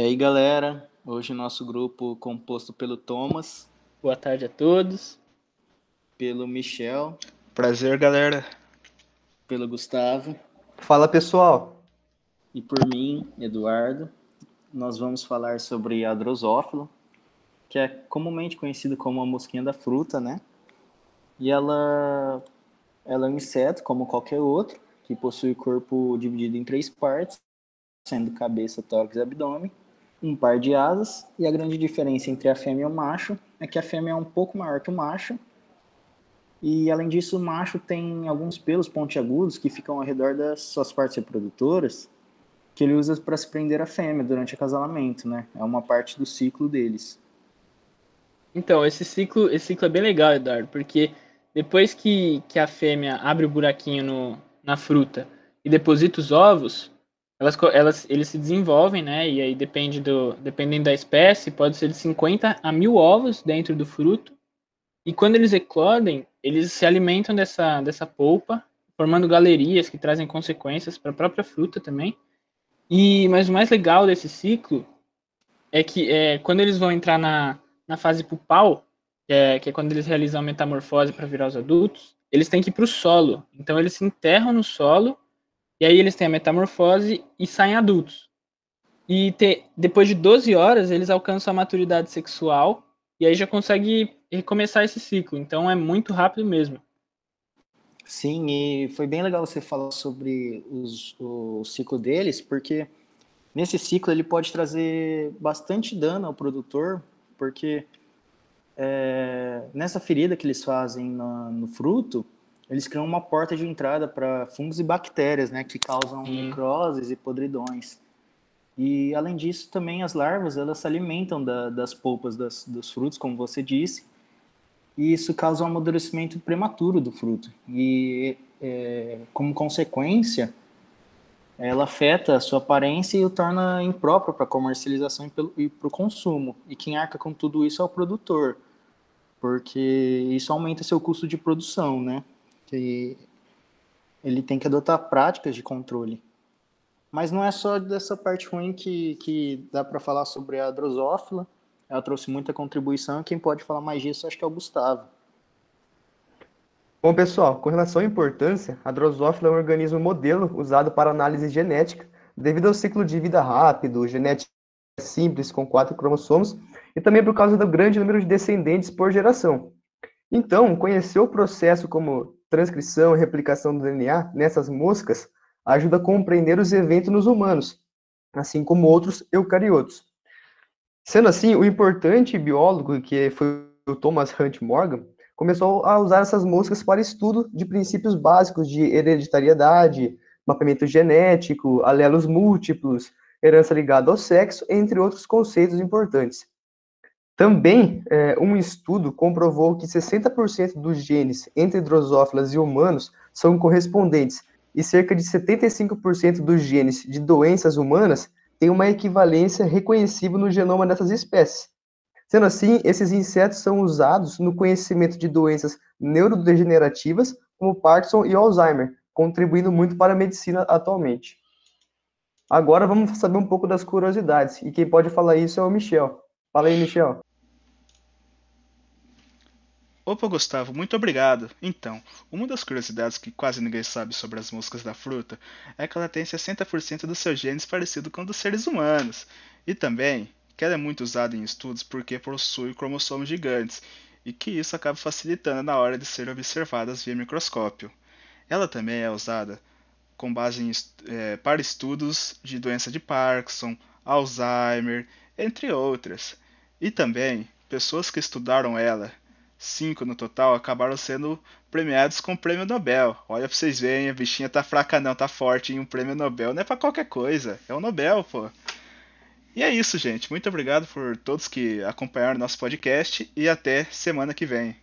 aí, galera? Hoje nosso grupo composto pelo Thomas, Boa tarde a todos. pelo Michel, Prazer, galera. pelo Gustavo Fala pessoal, e por mim, Eduardo. Nós vamos falar sobre a drosófila, que é comumente conhecida como a mosquinha da fruta, né? E ela é um inseto como qualquer outro, que possui o corpo dividido em três partes, sendo cabeça, tórax e abdômen, um par de asas, e a grande diferença entre a fêmea e o macho é que a fêmea é um pouco maior que o macho, e além disso o macho tem alguns pelos pontiagudos que ficam ao redor das suas partes reprodutoras, que ele usa para se prender à fêmea durante o acasalamento, né? É uma parte do ciclo deles. Então, esse ciclo é bem legal, Eduardo, porque depois que a fêmea abre o buraquinho na fruta e deposita os ovos, eles se desenvolvem, né? E aí dependendo da espécie, pode ser de 50 a 1.000 ovos dentro do fruto. E quando eles eclodem, eles se alimentam dessa polpa, formando galerias que trazem consequências para a própria fruta também. Mas o mais legal desse ciclo é que quando eles vão entrar na fase pupal, que é quando eles realizam a metamorfose para virar os adultos, eles têm que ir para o solo. Então eles se enterram no solo, e aí eles têm a metamorfose e saem adultos. Depois de 12 horas, eles alcançam a maturidade sexual, e aí já consegue recomeçar esse ciclo. Então é muito rápido mesmo. Sim, e foi bem legal você falar sobre o ciclo deles, porque nesse ciclo ele pode trazer bastante dano ao produtor, porque nessa ferida que eles fazem no fruto, eles criam uma porta de entrada para fungos e bactérias, né, que causam necroses e podridões. E além disso, também as larvas elas se alimentam das polpas dos frutos, como você disse, e isso causa um amadurecimento prematuro do fruto. E como consequência, ela afeta a sua aparência e o torna impróprio para comercialização e para o consumo. E quem arca com tudo isso é o produtor, porque isso aumenta seu custo de produção, né? Que ele tem que adotar práticas de controle. Mas não é só dessa parte ruim que dá para falar sobre a drosófila. Ela trouxe muita contribuição. Quem pode falar mais disso acho que é o Gustavo. Bom pessoal, com relação à importância, a drosófila é um organismo modelo usado para análise genética, devido ao ciclo de vida rápido, genética simples com 4 cromossomos, e também por causa do grande número de descendentes por geração. Então, conhecer o processo como transcrição e replicação do DNA nessas moscas ajuda a compreender os eventos nos humanos, assim como outros eucariotos. Sendo assim, o importante biólogo, que foi o Thomas Hunt Morgan, começou a usar essas moscas para estudo de princípios básicos de hereditariedade, mapeamento genético, alelos múltiplos, herança ligada ao sexo, entre outros conceitos importantes. Também, um estudo comprovou que 60% dos genes entre drosófilas e humanos são correspondentes, e cerca de 75% dos genes de doenças humanas têm uma equivalência reconhecível no genoma dessas espécies. Sendo assim, esses insetos são usados no conhecimento de doenças neurodegenerativas, como Parkinson e Alzheimer, contribuindo muito para a medicina atualmente. Agora vamos saber um pouco das curiosidades, e quem pode falar isso é o Michel. Fala aí, Michel. Opa, Gustavo, muito obrigado. Então, uma das curiosidades que quase ninguém sabe sobre as moscas da fruta é que ela tem 60% dos seus genes parecido com os dos seres humanos. E também que ela é muito usada em estudos porque possui cromossomos gigantes, e que isso acaba facilitando na hora de serem observadas via microscópio. Ela também é usada com base para estudos de doença de Parkinson, Alzheimer, entre outras. E também, pessoas que estudaram ela, 5 no total, acabaram sendo premiados com o prêmio Nobel. Olha pra vocês verem, a bichinha tá fraca não, tá forte, em um prêmio Nobel não é pra qualquer coisa, é o Nobel, pô. E é isso, gente. Muito obrigado por todos que acompanharam nosso podcast e até semana que vem.